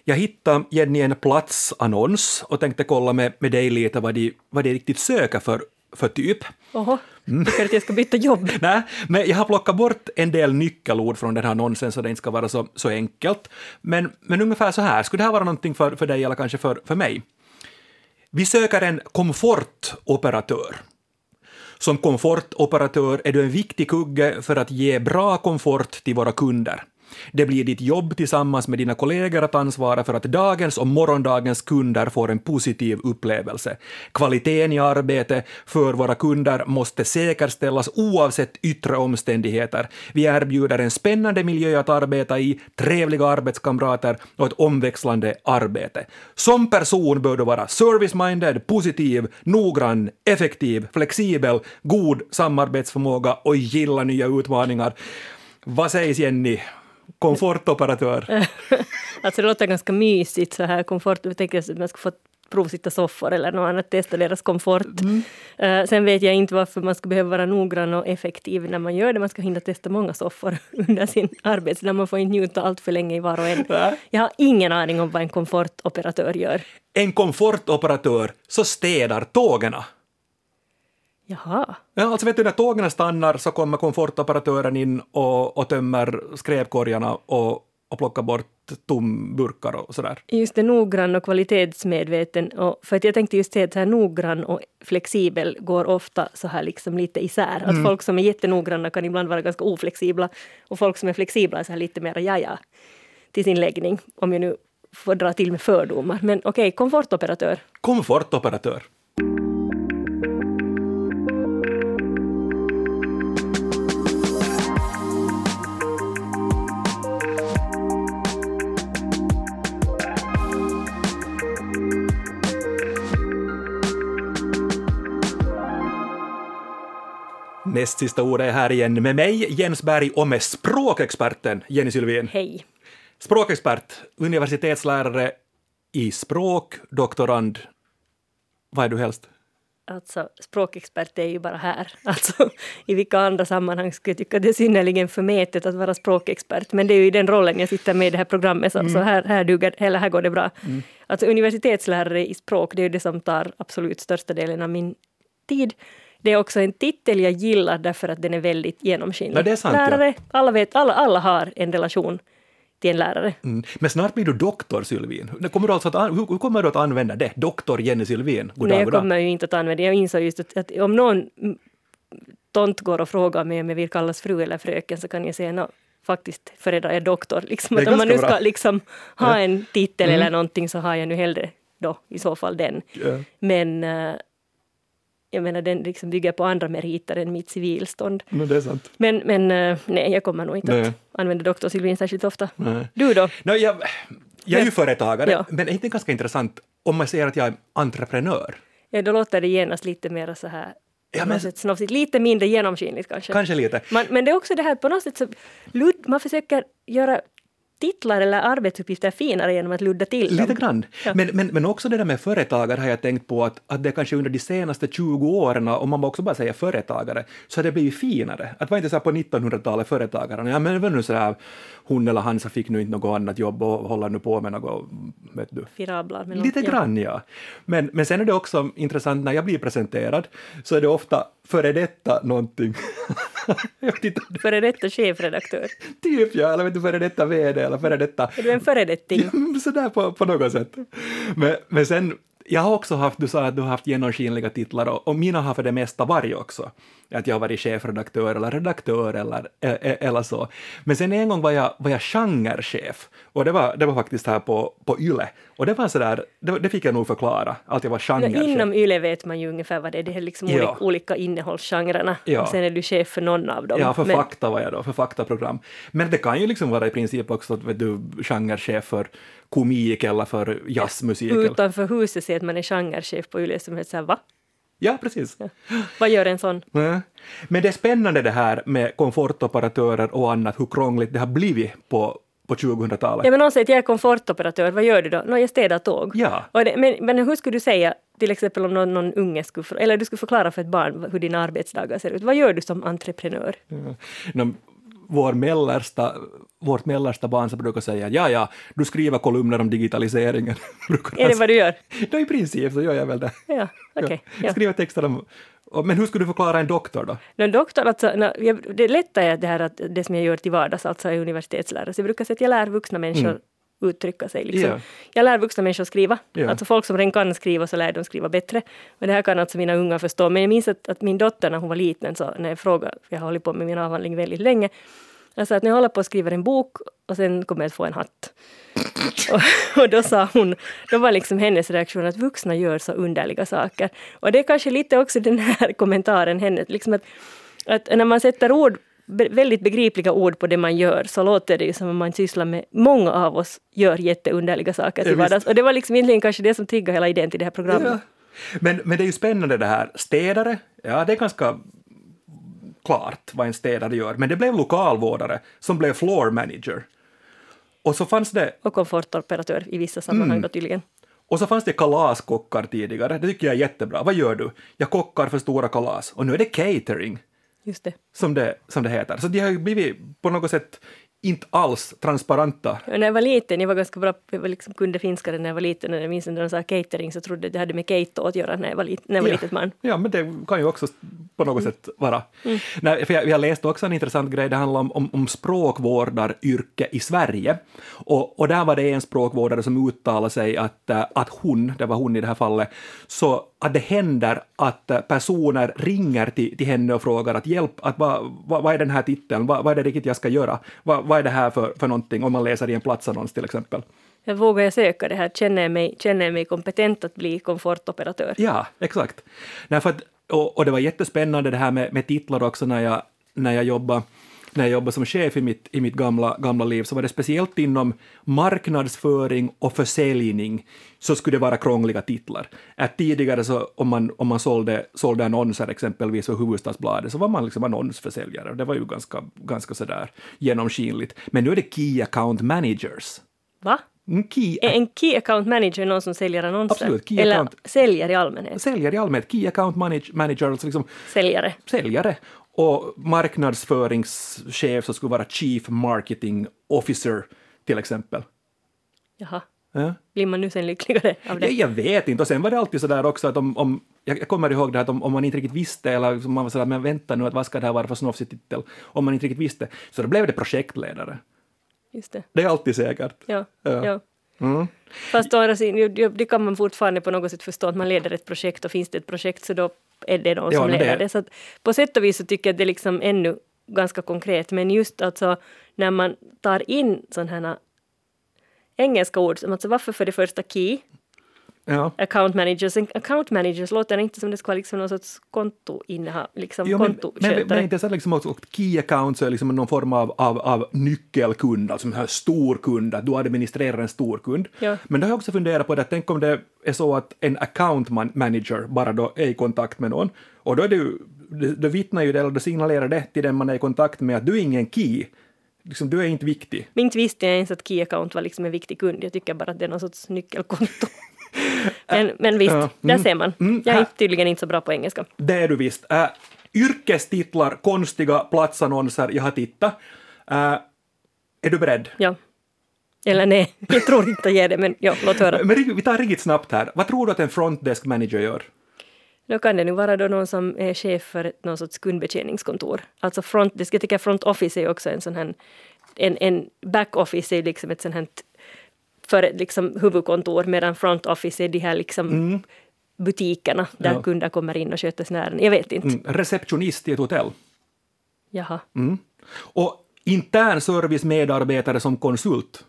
Jag hittade Jenny en platsannons och tänkte kolla med dig lite vad de riktigt söker för typ. Oho, tycker du att jag ska byta jobb? Nej, men jag har plockat bort en del nyckelord från den här annonsen så det inte ska vara så enkelt. Men ungefär så här, skulle det här vara någonting för dig eller kanske för mig? Vi söker en komfortoperatör. Som komfortoperatör är du en viktig kugge för att ge bra komfort till våra kunder. Det blir ditt jobb tillsammans med dina kollegor att ansvara för att dagens och morgondagens kunder får en positiv upplevelse. Kvaliteten i arbete för våra kunder måste säkerställas oavsett yttre omständigheter. Vi erbjuder en spännande miljö att arbeta i, trevliga arbetskamrater och ett omväxlande arbete. Som person bör du vara service-minded, positiv, noggrann, effektiv, flexibel, god samarbetsförmåga och gilla nya utmaningar. Vad sägs Jenny? Komfortoperatör. Alltså det låter ganska mysigt så här komfort. Jag tänker att man ska få provsitta soffor eller något annat, testa deras komfort. Sen vet jag inte varför man ska behöva vara noggrann och effektiv när man gör det. Man ska hinna testa många soffor under sin arbetsdag. Man får inte njuta allt för länge i var och en. Jag har ingen aning om vad en komfortoperatör gör. En komfortoperatör så städar tågerna. Jaha. Ja, alltså vet du, när tågen stannar så kommer komfortoperatören in och tömmer skräpkorgarna och plockar bort tomburkar och sådär. Just det, noggrann och kvalitetsmedveten. Och för att jag tänkte just säga att så här noggrann och flexibel går ofta så här liksom lite isär. Att folk som är jättenoggranna kan ibland vara ganska oflexibla. Och folk som är flexibla är så här lite mer jaja till sin läggning. Om jag nu får dra till med fördomar. Men okej, komfortoperatör. Komfortoperatör. Näst sista ordet är här igen med mig, Jens Berg, och med språkexperten Jenny Sylvin. Hej. Språkexpert, universitetslärare i språk, doktorand. Vad är du helst? Alltså, språkexpert är ju bara här. Alltså, i vilka andra sammanhang skulle jag tycka att det är synnerligen förmätet att vara språkexpert. Men det är ju i den rollen jag sitter med i det här programmet. Så här går det bra. Alltså, universitetslärare i språk, det är ju det som tar absolut största delen av min tid. Det är också en titel jag gillar därför att den är väldigt genomskinlig. Ja, det är sant, lärare, alla har en relation till en lärare. Men snart blir du doktor Sylvin. Hur kommer du att använda det? Doktor Jenny Sylvin. Nej, jag kommer ju inte att använda det. Jag insåg just att om någon tont går och frågar mig om jag vill kallas fru eller fröken så kan jag säga faktiskt föredrar jag doktor. Liksom, att om man nu ska liksom ha en titel eller någonting så har jag nu hellre då i så fall den. Yeah. Men jag menar, den liksom bygger på andra meriter än mitt civilstånd. Men det är sant. Men nej, jag kommer nog inte att använda doktor Sylvin särskilt ofta. Nej. Du då? No, jag är ju företagare, men är inte ganska intressant om man säger att jag är entreprenör? Ja, då låter det genast lite mer så här, snofsigt, lite mindre genomskinligt kanske. Kanske lite. Men det är också det här, på något sätt så man försöker göra titlar eller arbetsuppgifter finare genom att ludda till dem. Lite grann. Ja. Men också det där med företagare har jag tänkt på att det kanske under de senaste 20 åren, om man också bara säger företagare, så har det blivit finare. Att var inte så här på 1900-talet företagare. Ja, men det var nu så här, hon eller han så fick nu inte något annat jobb och håller nu på med något, vet du. Firablar. Lite grann, ja. Men sen är det också intressant när jag blir presenterad så är det ofta före detta någonting. Före detta chefredaktör. Typ, ja. Eller vet du, före detta vd eller före detta. Är du en föredetting? Sådär på något sätt. Men sen, jag har också haft, du sa att du har haft genomskinliga titlar och mina har för det mesta varit också. Att jag har varit chefredaktör eller redaktör eller så. Men sen en gång var jag genrechef och det var faktiskt här på YLE. Och det var sådär, det fick jag nog förklara, att jag var genrechef. Inom YLE vet man ju ungefär vad det är. Det är liksom olika innehållsgenrerna. Ja. Och sen är du chef för någon av dem. Ja, fakta var jag då, för faktaprogram. Men det kan ju liksom vara i princip också att du genrechef för komik eller för jazzmusik. Utanför huset ser att man är genrechef på YLE som heter såhär, va? Ja, precis. Ja. Vad gör en sån? Ja. Men det är spännande det här med komfortoperatörer och annat, hur krångligt det har blivit på 2000-talet. Ja, men någon säger att jag är komfortoperatör, vad gör du då? Jag städar tåg. Ja. Men hur skulle du säga, till exempel om någon unge eller du skulle förklara för ett barn hur dina arbetsdagar ser ut. Vad gör du som entreprenör? Ja. vårt mellersta barn som brukar säga ja, du skriver kolumner om digitaliseringen. Är det vad du gör? Ja, i princip så gör jag väl det. Ja, okej. Jag skriver texter om... Men hur skulle du förklara en doktor då? En doktor, alltså, det lätta är det här att det som jag gör till vardags, alltså är universitetslärare. Så jag brukar säga att jag lär vuxna människor uttrycka sig. Liksom. Yeah. Jag lär vuxna människor skriva. Yeah. Alltså folk som redan kan skriva så lär de skriva bättre. Men det här kan alltså mina unga förstå. Men jag minns att min dotter när hon var liten, så när jag frågade, för jag har hållit på med min avhandling väldigt länge, alltså att när jag håller på att skriva en bok och sen kommer jag att få en hatt. och då sa hon, då var liksom hennes reaktion att vuxna gör så underliga saker. Och det är kanske lite också den här kommentaren hennes, liksom att när man sätter väldigt begripliga ord på det man gör, så låter det ju som om man sysslar med, många av oss gör jätteunderliga saker till vardags. Och det var liksom egentligen kanske det som triggade hela idén till det här programmet. Ja. Men det är ju spännande det här. Städare, ja det är ganska klart vad en städare gör. Men det blev lokalvårdare som blev floor manager. Och så fanns det... Och komfortoperatör i vissa sammanhang då tydligen. Och så fanns det kalaskockar tidigare. Det tycker jag är jättebra. Vad gör du? Jag kockar för stora kalas. Och nu är det catering. Just det. Som det heter. Så de har ju blivit på något sätt inte alls transparenta. När jag var liten, jag var ganska bra, jag liksom kunde finska när jag var liten. När jag minns när de sa catering så trodde jag det hade med keitto att göra när jag var litet man. Ja, men det kan ju också på något sätt vara. Nej, för jag läste också en intressant grej, det handlar om språkvårdaryrke i Sverige. Och där var det en språkvårdare som uttalade sig att hon, det var hon i det här fallet, så att det händer att personer ringer till henne och frågar att hjälp, att vad är den här titeln, vad är det riktigt jag ska göra, vad är det här för någonting, om man läser i en platsannons till exempel. Jag vågar söka det här, känner jag mig kompetent att bli komfortoperatör. Ja, exakt. Nej, för att, och det var jättespännande det här med titlar också när jag jobbade som chef i mitt gamla liv, så var det speciellt inom marknadsföring och försäljning så skulle det vara krångliga titlar. Tidigare så om man sålde annonser exempelvis för Hufvudstadsbladet så var man liksom annonsförsäljare och det var ju ganska sådär genomskinligt. Men nu är det Key Account Managers. Va? En Key Account Manager någon som säljer annonser? Absolut. Eller säljer i allmänhet? Säljer i allmänhet. Key Account Manager, alltså liksom... Säljare. Och marknadsföringschef så skulle vara Chief Marketing Officer till exempel. Jaha. Ja. Blir man nu sen lyckligare av det? Jag vet inte. Och sen var det alltid så där också att om jag kommer ihåg det att om man inte riktigt visste eller man var så där, men vänta nu att vad ska det här vara för snofsig titel? Om man inte riktigt visste så då blev det projektledare. Just det. Det är alltid säkert. Ja. Mm. Fast det kan man fortfarande på något sätt förstå att man leder ett projekt och finns det ett projekt så då är det någon som leder det. Så att på sätt och vis så tycker jag att det är liksom ännu ganska konkret. Men just alltså när man tar in sådana här engelska ord som alltså varför för det första key, account managers låter inte som det ska vara liksom någon sorts kontoinnehav, liksom kontoskötare. Men inte så liksom också key account så är liksom någon form av nyckelkund, alltså en stor kund, att du administrerar en stor kund. Ja. Men då har jag också funderat på det, att tänk om det är så att en account manager bara då är i kontakt med någon, och då är det ju, då vittnar ju det, eller då signalerar det till den man är i kontakt med att du är ingen key. Liksom, du är inte viktig. Men inte visste jag ens att key account var liksom en viktig kund. Jag tycker bara att det är någon sorts nyckelkonto. men visst, där ser man. Jag är tydligen inte så bra på engelska. Det är du visst. Yrkestitlar, konstiga platsannonser, jag har tittat. Är du beredd? Ja. Eller nej, jag tror inte jag ger det, men ja, låt höra. Men vi tar riktigt snabbt här. Vad tror du att en frontdesk manager gör? Då kan det nu vara då någon som är chef för någon sorts kundbetjäningskontor. Alltså frontdesk, jag tycker front office är också en sån här, en back office är liksom ett sånt här för ett liksom huvudkontor, medan front office är de här liksom butikerna där kunder kommer in och sköter sina ärenden. Jag vet inte. Receptionist i ett hotell. Jaha. Och intern servicemedarbetare som konsult.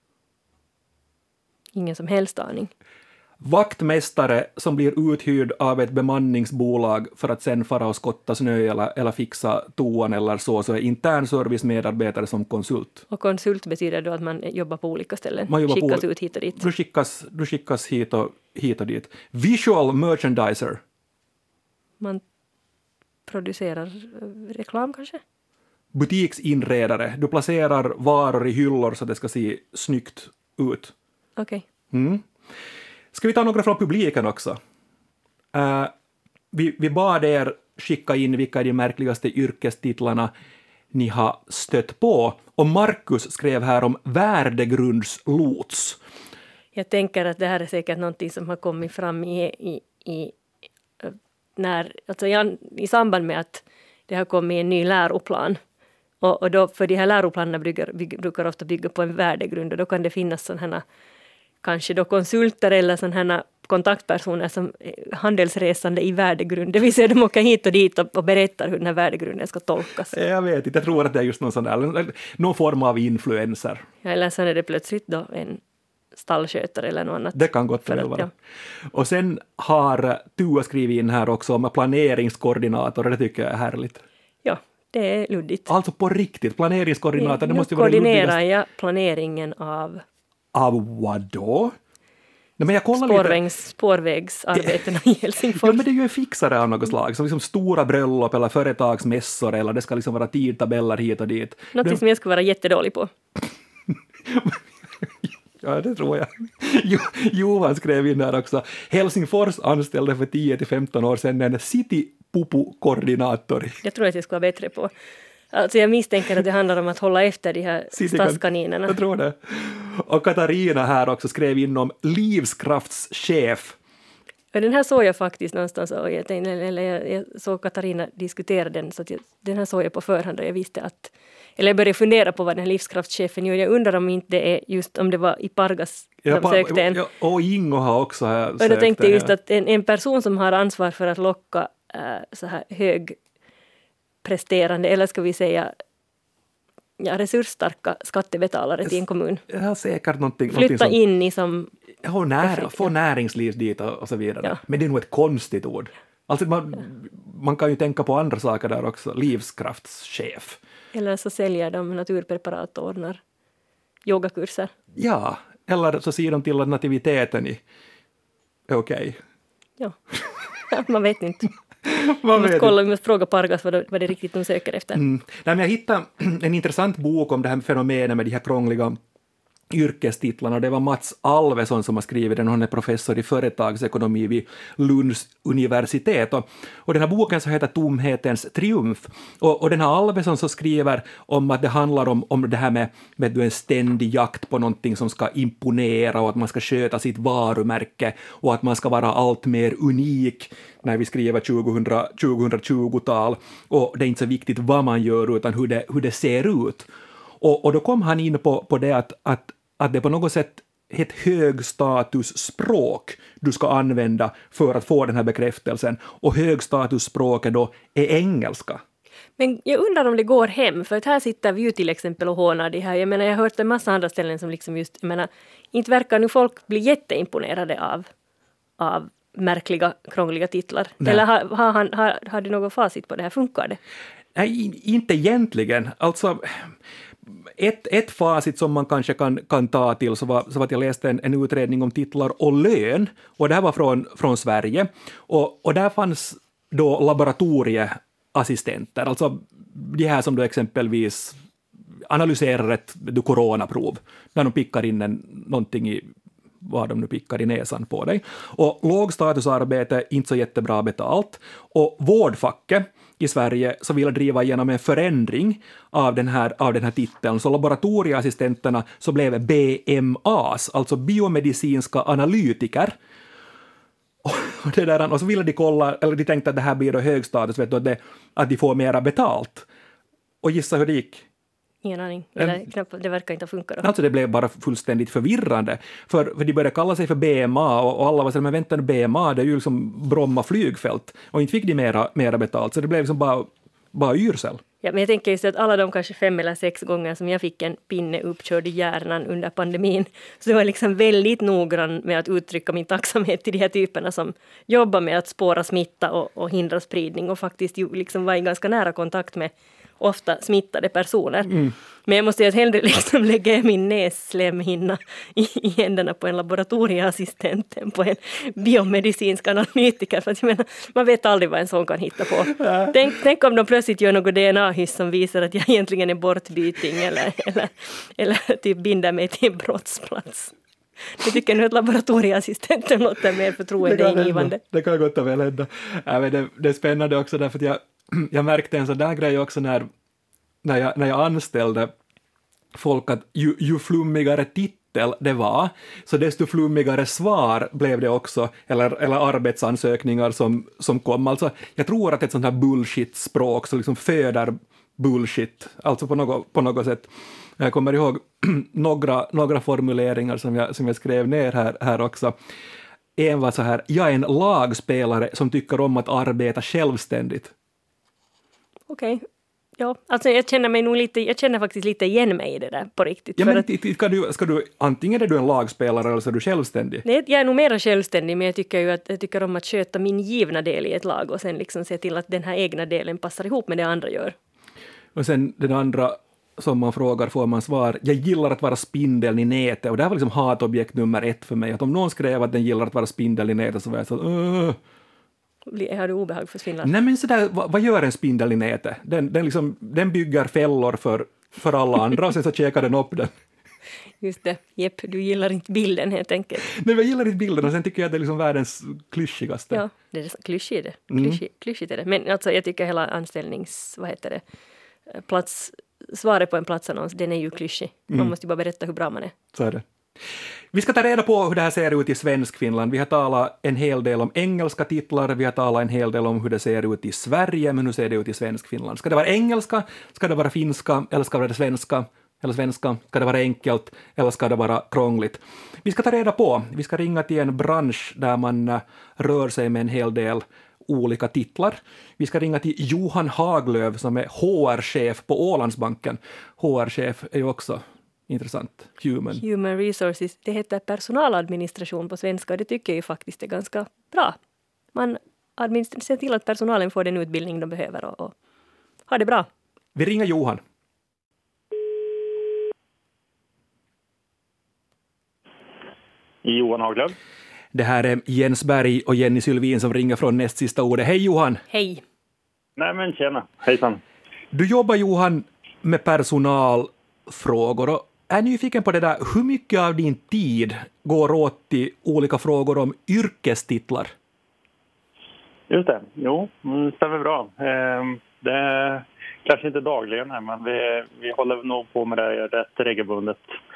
Ingen som helst aning. Vaktmästare som blir uthyrd av ett bemanningsbolag för att sen fara och skotta snö eller fixa toan eller så är intern servicemedarbetare som konsult. Och konsult betyder då att man jobbar på olika ställen? Man skickas ut hit och dit? Du skickas hit och dit. Visual merchandiser. Man producerar reklam kanske? Butiksinredare. Du placerar varor i hyllor så det ska se snyggt ut. Okej. Ska vi ta några från publiken också? Vi bad er skicka in vilka är de märkligaste yrkestitlarna ni har stött på. Och Markus skrev här om värdegrundslots. Jag tänker att det här är säkert någonting som har kommit fram i samband med att det har kommit en ny läroplan. Och då, för de här läroplanerna brukar ofta bygga på en värdegrund, och då kan det finnas sådana här, kanske då konsulter eller sådana här kontaktpersoner som handelsresande i värdegrund. Det vill säga de åker hit och dit och berättar hur den här värdegrunden ska tolkas. Jag vet inte, jag tror att det är just någon form av influencer. Ja, eller så är det plötsligt då en stallskötare eller något annat. Det kan gott väl vara. Ja. Och sen har Tua skrivit in här också om planeringskoordinator, och det tycker jag är härligt. Ja, det är luddigt. Alltså på riktigt, planeringskoordinator, det måste ju vara det koordinerar luddigaste. jag planeringen av... Av vad då? Nej, men jag kollar spårvägsarbetena i Helsingfors. Ja, men det är ju en fixare av något slag, som liksom stora bröllop eller företagsmässor, eller det ska liksom vara tidtabeller hit och dit. Något som jag skulle vara jättedålig på. Ja, det tror jag. Johan skrev in där också. Helsingfors anställde för 10-15 år sedan en city-pupu-koordinator. Jag tror att jag skulle vara bättre på. Alltså jag misstänker att det handlar om att hålla efter de här stadskaninerna. Jag tror det. Och Katarina här också skrev in om livskraftschef. Den här såg jag faktiskt någonstans, och jag såg Katarina diskutera den, så att den här såg jag på förhand, och jag visste att, eller jag började fundera på vad den här livskraftschefen gör. Jag undrar om inte det är just om det var i Pargas de sökte en. Och Ingo har också sökt. Och då tänkte jag just att en person som har ansvar för att locka så här högpresterande, eller ska vi säga resursstarka skattebetalare till en kommun. Ja, säkert någonting. Flytta in i som... Få näringsliv dit och så vidare. Ja. Men det är nog ett konstigt ord. Alltså man kan ju tänka på andra saker där också. Livskraftschef. Eller så säljer de naturpreparat och ordnar yogakurser. Ja, eller så ser de till att nativiteten är okej. Ja, man vet inte. Vi måste fråga Pargas vad det riktigt de söker efter. Nej, men jag hittade en intressant bok om det här fenomenet med de här krångliga yrkestitlarna. Det var Mats Alvesson som har skrivit den. Han är professor i företagsekonomi vid Lunds universitet. Och den här boken så heter Tomhetens triumf. Och den här Alvesson så skriver om att det handlar om det här med en ständig jakt på någonting som ska imponera, och att man ska sköta sitt varumärke, och att man ska vara allt mer unik när vi skriver 2020-tal. Och det är inte så viktigt vad man gör utan hur det ser ut. Och då kom han in på det att det är på något sätt ett högstatusspråk du ska använda för att få den här bekräftelsen. Och högstatusspråket då är engelska. Men jag undrar om det går hem, för att här sitter vi ju till exempel och hånar det här. Jag menar, jag har hört en massa andra ställen som liksom just, jag menar, inte verkar nu folk bli jätteimponerade av märkliga, krångliga titlar. Nej. Eller har du någon facit på det här? Funkar det? Nej, inte egentligen. Alltså... Ett facit som man kanske kan ta till så var att jag läste en utredning om titlar och lön, och det här var från Sverige, och där fanns då laboratorieassistenter, alltså de här som då exempelvis analyserar ett coronaprov, när de pickar in någonting i vad de nu pickar i näsan på dig. Och lågstatusarbete, inte så jättebra betalt, och vårdfacket i Sverige så vill driva igenom en förändring av den här titeln. Så laboratorieassistenterna så blev BMAs, alltså biomedicinska analytiker. Och så ville de kolla, eller de tänkte att det här blir då hög status, vet du, att de får mera betalt. Och gissa hur det gick? Ingen aning. Det verkar inte funka då. Alltså det blev bara fullständigt förvirrande. För de började kalla sig för BMA, och alla var så, men vänta nu, BMA, det är ju liksom Bromma flygfält. Och inte fick de mera betalt, så det blev liksom bara yrsel. Ja, men jag tänker just att alla de kanske 5 eller 6 gånger som jag fick en pinne uppkörd i hjärnan under pandemin, så jag var liksom väldigt noggrann med att uttrycka min tacksamhet till de här typerna som jobbar med att spåra smitta och hindra spridning, och faktiskt ju liksom var i ganska nära kontakt med ofta smittade personer. Men jag måste säga att hellre liksom lägga min nässlemhinna i händerna på en laboratorieassistent än på en biomedicinsk analytiker. För att jag menar, man vet aldrig vad en sån kan hitta på. Tänk om de plötsligt gör något DNA-hyss som visar att jag egentligen är bortbyting eller typ binder mig till en brottsplats. Jag tycker nu att laboratorieassistenten låter mer förtroendeingivande. Det kan gott och väl hända. Det är spännande också därför att jag märkte en sån där grej också när när jag anställde folk att ju flummigare titel det var, så desto flummigare svar blev det också, eller arbetsansökningar som kom. Alltså, jag tror att ett sånt här bullshit-språk så liksom föder bullshit, alltså på något sätt. Jag kommer ihåg några formuleringar som jag skrev ner här också. En var så här: jag är en lagspelare som tycker om att arbeta självständigt. Okej. Ja, alltså jag känner faktiskt lite igen mig i det där på riktigt. Ja, men ska du, antingen är du en lagspelare eller så är du självständig? Nej, jag är nog mer självständig, men jag tycker om att sköta min givna del i ett lag och sen liksom se till att den här egna delen passar ihop med det andra gör. Och sen den andra som man frågar får man svar: jag gillar att vara spindeln i nätet. Och det här var liksom hatobjekt nummer 1 för mig. Att om någon skrev att den gillar att vara spindeln i nätet så var jag så Har du obehag för Finland? Nej, men sådär, vad gör en spindel i nätet? Den bygger fällor för alla andra och sen så käkar den upp den. Just det. Jepp, du gillar inte bilden helt enkelt. Nej, jag gillar inte bilden och sen tycker jag att det är liksom världens klyschigaste. Ja, det är klyschigt det. Klyschigt är det. Men alltså jag tycker hela svaret på en platsannons, den är ju klyschig. Man måste ju bara berätta hur bra man är. Så är det. Vi ska ta reda på hur det här ser ut i Svenskfinland. Vi har talat en hel del om engelska titlar, vi har talat en hel del om hur det ser ut i Sverige, men hur ser det ut i Svenskfinland? Ska det vara engelska, ska det vara finska, eller ska det vara svenska, eller svenska, ska det vara enkelt, eller ska det vara krångligt? Vi ska ta reda på, vi ska ringa till en bransch där man rör sig med en hel del olika titlar. Vi ska ringa till Johan Haglöf som är HR-chef på Ålandsbanken. HR-chef är ju också intressant. Human resources. Det heter personaladministration på svenska och det tycker jag ju faktiskt är ganska bra. Man ser till att personalen får den utbildning de behöver och har det bra. Vi ringer Johan. Johan Haglöf. Det här är Jens Berg och Jenny Sylvin som ringer från näst sista ordet. Hej Johan! Hej! Nej men tjena, hejsan. Du jobbar Johan med personalfrågor och är nyfiken på det där, hur mycket av din tid går åt till olika frågor om yrkestitlar? Just det, jo, det stämmer bra. Det är kanske inte dagligen här, men vi håller nog på med det rätt regelbundet.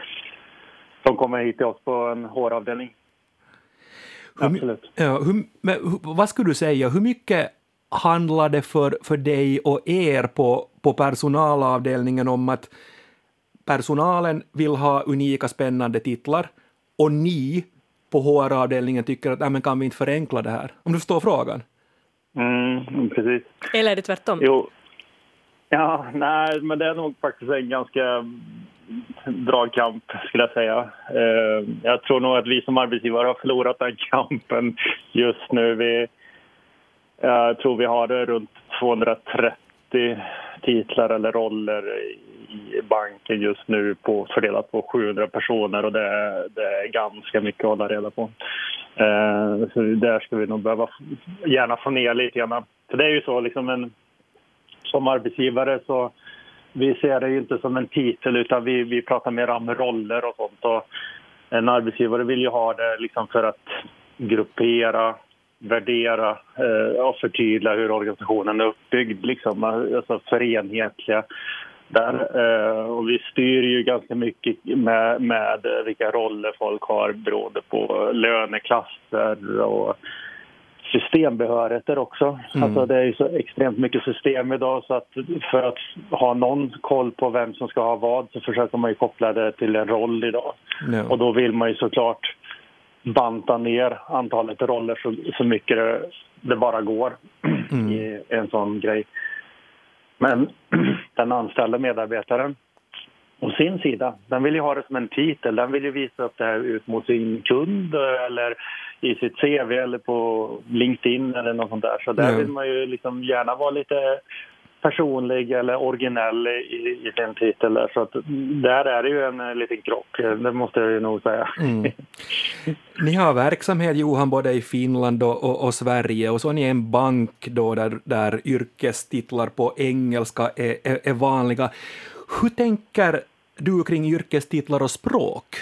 De kommer hit till oss på en HR-avdelning. Absolut. Vad skulle du säga, hur mycket handlar det för dig och er på personalavdelningen om att personalen vill ha unika spännande titlar och ni på HR-avdelningen tycker att men kan vi inte förenkla det här? Om du förstår frågan. Precis. Eller är det tvärtom? Jo. Ja, nej, men det är nog faktiskt en ganska dragkamp skulle jag säga. Jag tror nog att vi som arbetsgivare har förlorat den kampen just nu. Jag tror vi har runt 230 titlar eller roller i banken just nu fördelat på 700 personer och det är ganska mycket att hålla reda på. Så där ska vi nog behöva gärna få ner lite grann. För det är ju så liksom som arbetsgivare så vi ser det ju inte som en titel utan vi pratar mer om roller och sånt. Och en arbetsgivare vill ju ha det liksom för att gruppera, värdera och förtydliga hur organisationen är uppbyggd. Liksom, alltså förenhetliga där. Och vi styr ju ganska mycket med vilka roller folk har beroende på löneklasser och systembehörigheter också. Alltså det är ju så extremt mycket system idag så att för att ha någon koll på vem som ska ha vad så försöker man ju koppla det till en roll idag. No. Och då vill man ju såklart banta ner antalet roller så mycket det bara går i en sån grej. Men den anställda medarbetaren å sin sida, den vill ju ha det som en titel. Den vill ju visa upp det här ut mot sin kund eller i sitt CV eller på LinkedIn eller något sånt där. Så där vill man ju liksom gärna vara lite personlig eller originell i sin titel. Där. Så att där är det ju en liten krock, det måste jag ju nog säga. Ni har verksamhet, Johan, både i Finland och Sverige och så är ni en bank då där yrkestitlar på engelska är vanliga. Hur tänker du kring yrkestitlar och språk?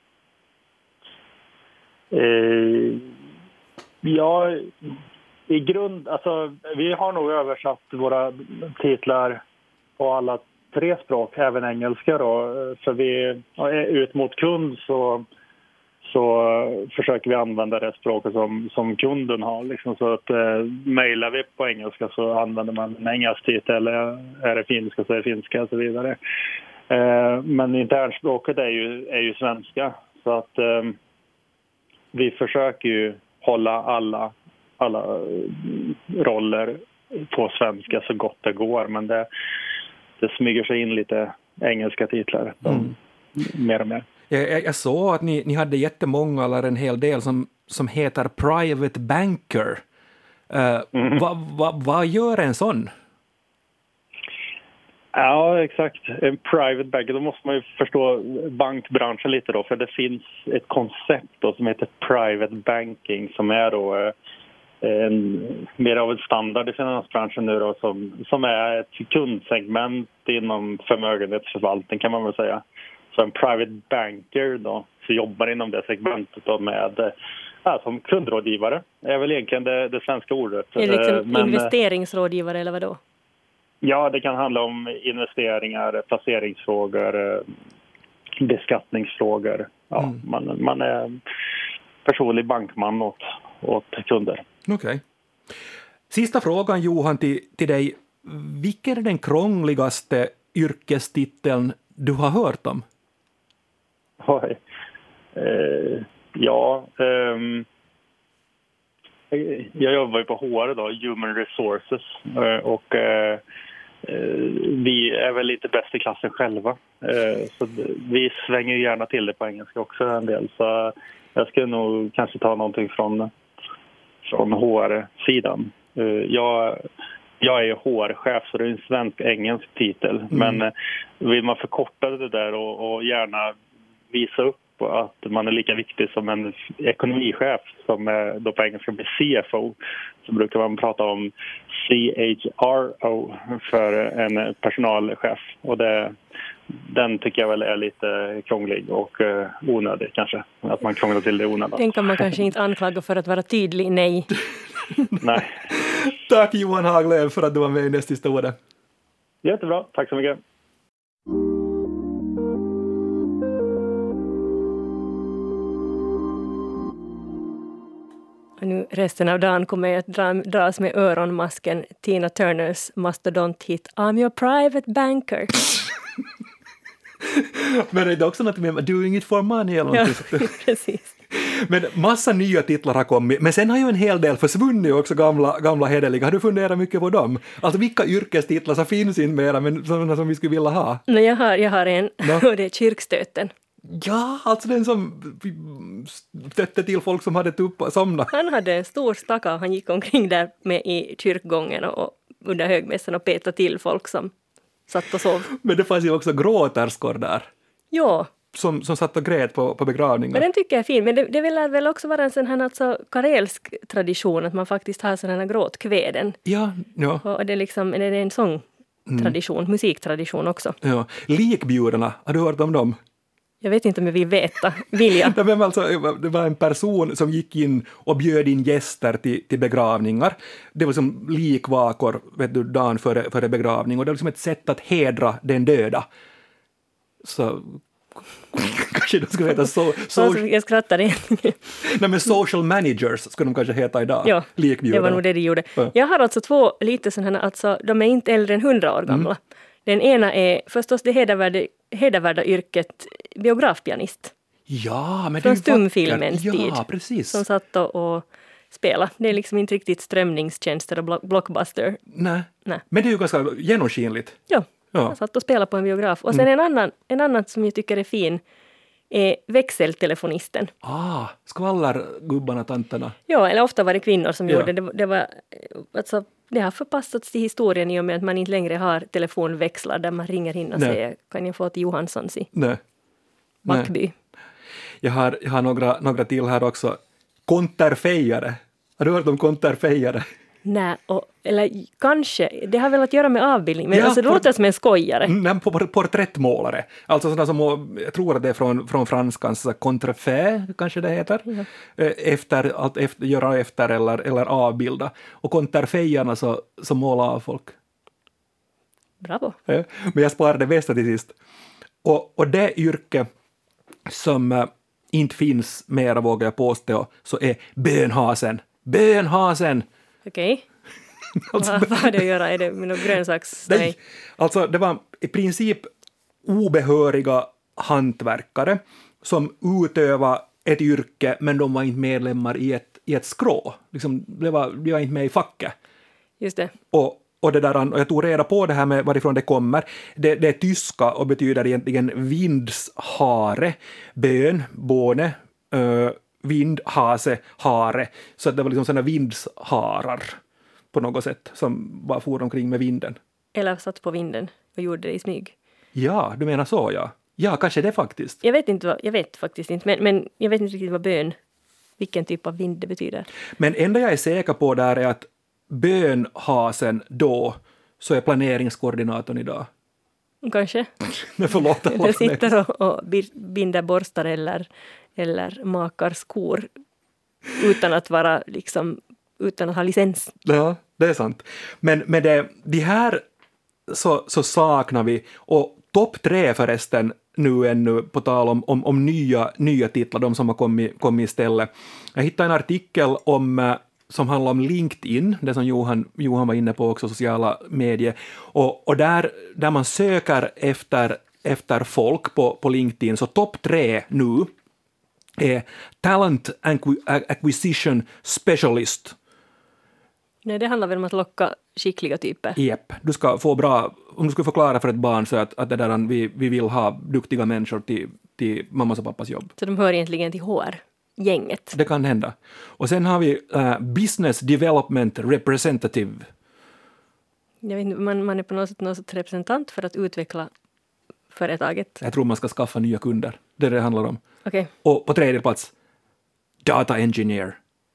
Ja, i grund, alltså vi har nog översatt våra titlar på alla 3 språk, även engelska då. För vi ut mot kund så försöker vi använda det språket som kunden har. Liksom, så att mejlar vi på engelska så använder man en engelsk titel, eller är det finska så är det finska och så vidare. Men internspråket är ju svenska. Så att vi försöker ju hålla alla roller på svenska så gott det går. Men det smyger sig in lite engelska titlar mer och mer. Jag såg att ni hade jättemånga eller en hel del som heter Private Banker. Vad gör en sån? Ja, exakt. En private banker, då måste man ju förstå bankbranschen lite då. För det finns ett koncept då som heter private banking som är då mer av en standard i finansbranschen nu då, som är ett kundsegment inom förmögenhetsförvaltning kan man väl säga. Så en private banker då, så jobbar inom det segmentet då med som kundrådgivare. Det är väl egentligen det svenska ordet. Är det liksom investeringsrådgivare eller vad då? Ja, det kan handla om investeringar, placeringsfrågor, beskattningsfrågor. Ja, man är personlig bankman åt kunder. Okej. Sista frågan, Johan, till dig. Vilken är den krångligaste yrkestiteln du har hört om? Oj. Jag jobbar ju på HR då, Human Resources, och vi är väl lite bäst i klassen själva. Så vi svänger gärna till det på engelska också en del. Så jag skulle nog kanske ta någonting från HR-sidan. Jag är HR-chef så det är en svensk-engelsk titel. Men vill man förkorta det där och gärna visa upp att man är lika viktig som en ekonomichef som då på engelska blir CFO, så brukar man prata om CHRO för en personalchef. Och den tycker jag väl är lite krånglig och onödig kanske. Att man krånglar till det onödigt. Den kan man kanske inte anklaga för att vara tydlig, nej. Nej. Tack Johan Haglöf för att du var med i Näst sista ordet. Jättebra, tack så mycket. Och nu resten av dagen kommer jag att dras med öronmasken Tina Turners mastodont-hit I'm your private banker. Men är det också något med doing it for money eller någonting? Ja, precis. Men massa nya titlar har kommit, men sen har ju en hel del försvunnit också, gamla hederliga. Har du funderat mycket på dem? Alltså vilka yrkestitlar som finns inte mera, men sådana som vi skulle vilja ha? No, jag har en, och det är kyrkstöten. Ja, alltså den som stötte till folk som hade somnat. Han hade en stor staka och han gick omkring där med i kyrkgången och under högmässan och petade till folk som satt och sov. Men det fanns ju också gråterskor där. Ja. Som satt och grät på begravningar. Men den tycker jag är fin. Men det vill väl också vara en sån här alltså karelsk tradition att man faktiskt har sådana här gråtkväden. Ja. Och det är en sångtradition, musiktradition också. Ja. Likbjudarna, har du hört om dem? Jag vet inte om jag vill veta. Vill jag? Det var en person som gick in och bjöd in gäster till begravningar. Det var som likvakor, dagen före begravning. Och det var liksom ett sätt att hedra den döda. Så kanske de skulle heta jag skrattar igen. Nej, men social managers skulle de kanske heta idag. Ja, det var nog det de gjorde. Ja. Jag har alltså 2 lite sådana här, alltså de är inte äldre än 100 år gamla. Den ena är förstås det hedervärda yrket biografpianist. Ja, men från stumfilmens tid. Ja, precis. Som satt och spelade. Det är liksom inte riktigt strömningstjänster och blockbuster. Nej. Men det är ju ganska genomskinligt. Ja. Jag satt och spelade på en biograf. Och sen en annan som jag tycker är fin är växeltelefonisten. Skvallargubbarna, tanterna. Ja, eller ofta var det kvinnor som gjorde det. Det var, alltså, det har förpassats till historien i och med att man inte längre har telefonväxlar där man ringer in och säger kan jag få till Johanssons i Backby. Jag har några till här också. Konterfejare. Har du hört om konterfejare? Nej, eller kanske. Det har väl att göra med avbildning. Men alltså, det låter som en skojare. Nej, porträttmålare. Alltså sådana som, jag tror att det är från franskans contrefait, kanske det heter. Ja. Göra efter eller avbilda. Och konterfejarna så målar av folk. Bravo. Men jag sparade det bästa till sist. Och det yrke som inte finns mera, vågar jag påstå, så är bönhasen. Bönhasen! Okej. Alltså, Vad har det att göra? Är det med någon grönsaks... nej. Alltså det var i princip obehöriga hantverkare som utövade ett yrke, men de var inte medlemmar i ett skrå. Liksom, de var inte med i facket. Just det. Och det där, och jag tog reda på det här med varifrån det kommer. Det är tyska och betyder egentligen vindshare, bön, båne, vind, hase, hare. Så det var liksom sådana vindsharar på något sätt som bara for omkring med vinden. Eller satt på vinden och gjorde det i smyg. Ja, du menar så, ja. Ja, kanske det faktiskt. Jag vet faktiskt inte, men jag vet inte riktigt vad bön, vilken typ av vind det betyder. Men enda jag är säker på där är att bönhasen då så är planeringskoordinatorn idag. Kanske. Men förlåt. Jag sitter och binder borstar eller makar skor utan att vara liksom, utan att ha licens. Ja, det är sant. Men de här så saknar vi, och topp 3 förresten nu ännu på tal om nya titlar, de som har kommit istället. Jag hittade en artikel som handlar om LinkedIn, det som Johan var inne på också, sociala medier, och där man söker efter folk på LinkedIn, så topp 3 nu är Talent Acquisition Specialist. Nej, det handlar väl om att locka skickliga typer. Japp, du ska få bra, om du ska förklara för ett barn så att det där, vi vill ha duktiga människor till mammas och pappas jobb. Så de hör egentligen till HR-gänget. Det kan hända. Och sen har vi Business Development Representative. Jag vet inte, man är på något sätt representant för att utveckla företaget. Jag tror man ska skaffa nya kunder. Det är det handlar om. Okej. Och på 3:e plats, Data Engineer.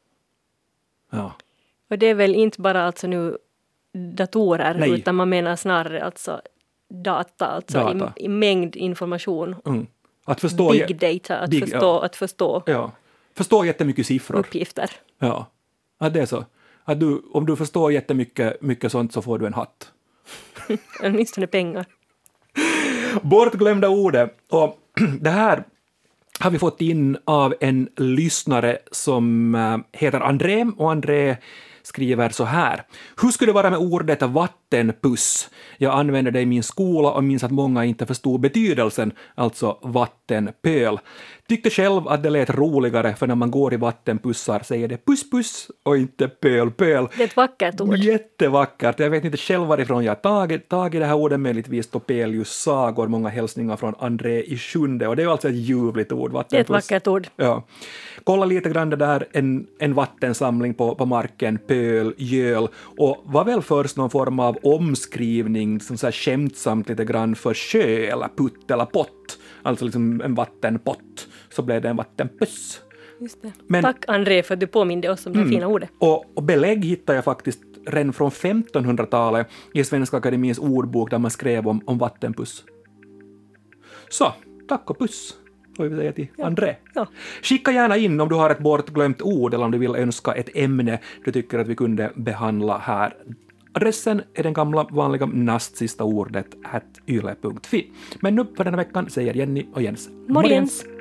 Ja. Och det är väl inte bara alltså nu datorer, Nej. utan man menar snarare alltså data. I mängd information. Mm. Att förstå Big data, att förstå ja. Förstå jättemycket siffror. uppgifter. Ja, att det är så. Att om du förstår jättemycket sånt så får du en hatt. Åtminstone pengar. Bortglömda ordet. Och det här har vi fått in av en lyssnare som heter André, och André skriver så här. Hur skulle det vara med ordet vattenpuss? Jag använder det i min skola och minns att många inte förstod betydelsen, alltså vattenpöl. Tyckte själv att det lät roligare, för när man går i vattenpussar säger det puss puss och inte pöl pöl. Det är ett vackert ord. Jättevackert. Jag vet inte själv varifrån jag tagit det här ordet, möjligtvis Topelius sagor, många hälsningar från André i 7:e, och det är alltså ett ljuvligt ord. Vattenpuss. Det är ett vackert ord. Ja. Kolla lite grann det där, en vattensamling på marken, pöl, göl, och var väl först någon form av omskrivning som så här skämtsamt lite grann för sjö eller putt eller pott, alltså liksom en vattenpott, så blev det en vattenpuss. Just det. Men, tack André för att du påminde oss om det fina ordet. och belägg hittar jag faktiskt redan från 1500-talet i Svenska Akademiens ordbok där man skrev om vattenpuss. Så, tack och puss. Får vi säga till André. Ja. Skicka gärna in om du har ett bortglömt ord eller om du vill önska ett ämne du tycker att vi kunde behandla här. Adressen är den gamla vanliga nastsista ordet @yle.fi. Men nu för den här veckan säger Jenny och Jens. Morgens!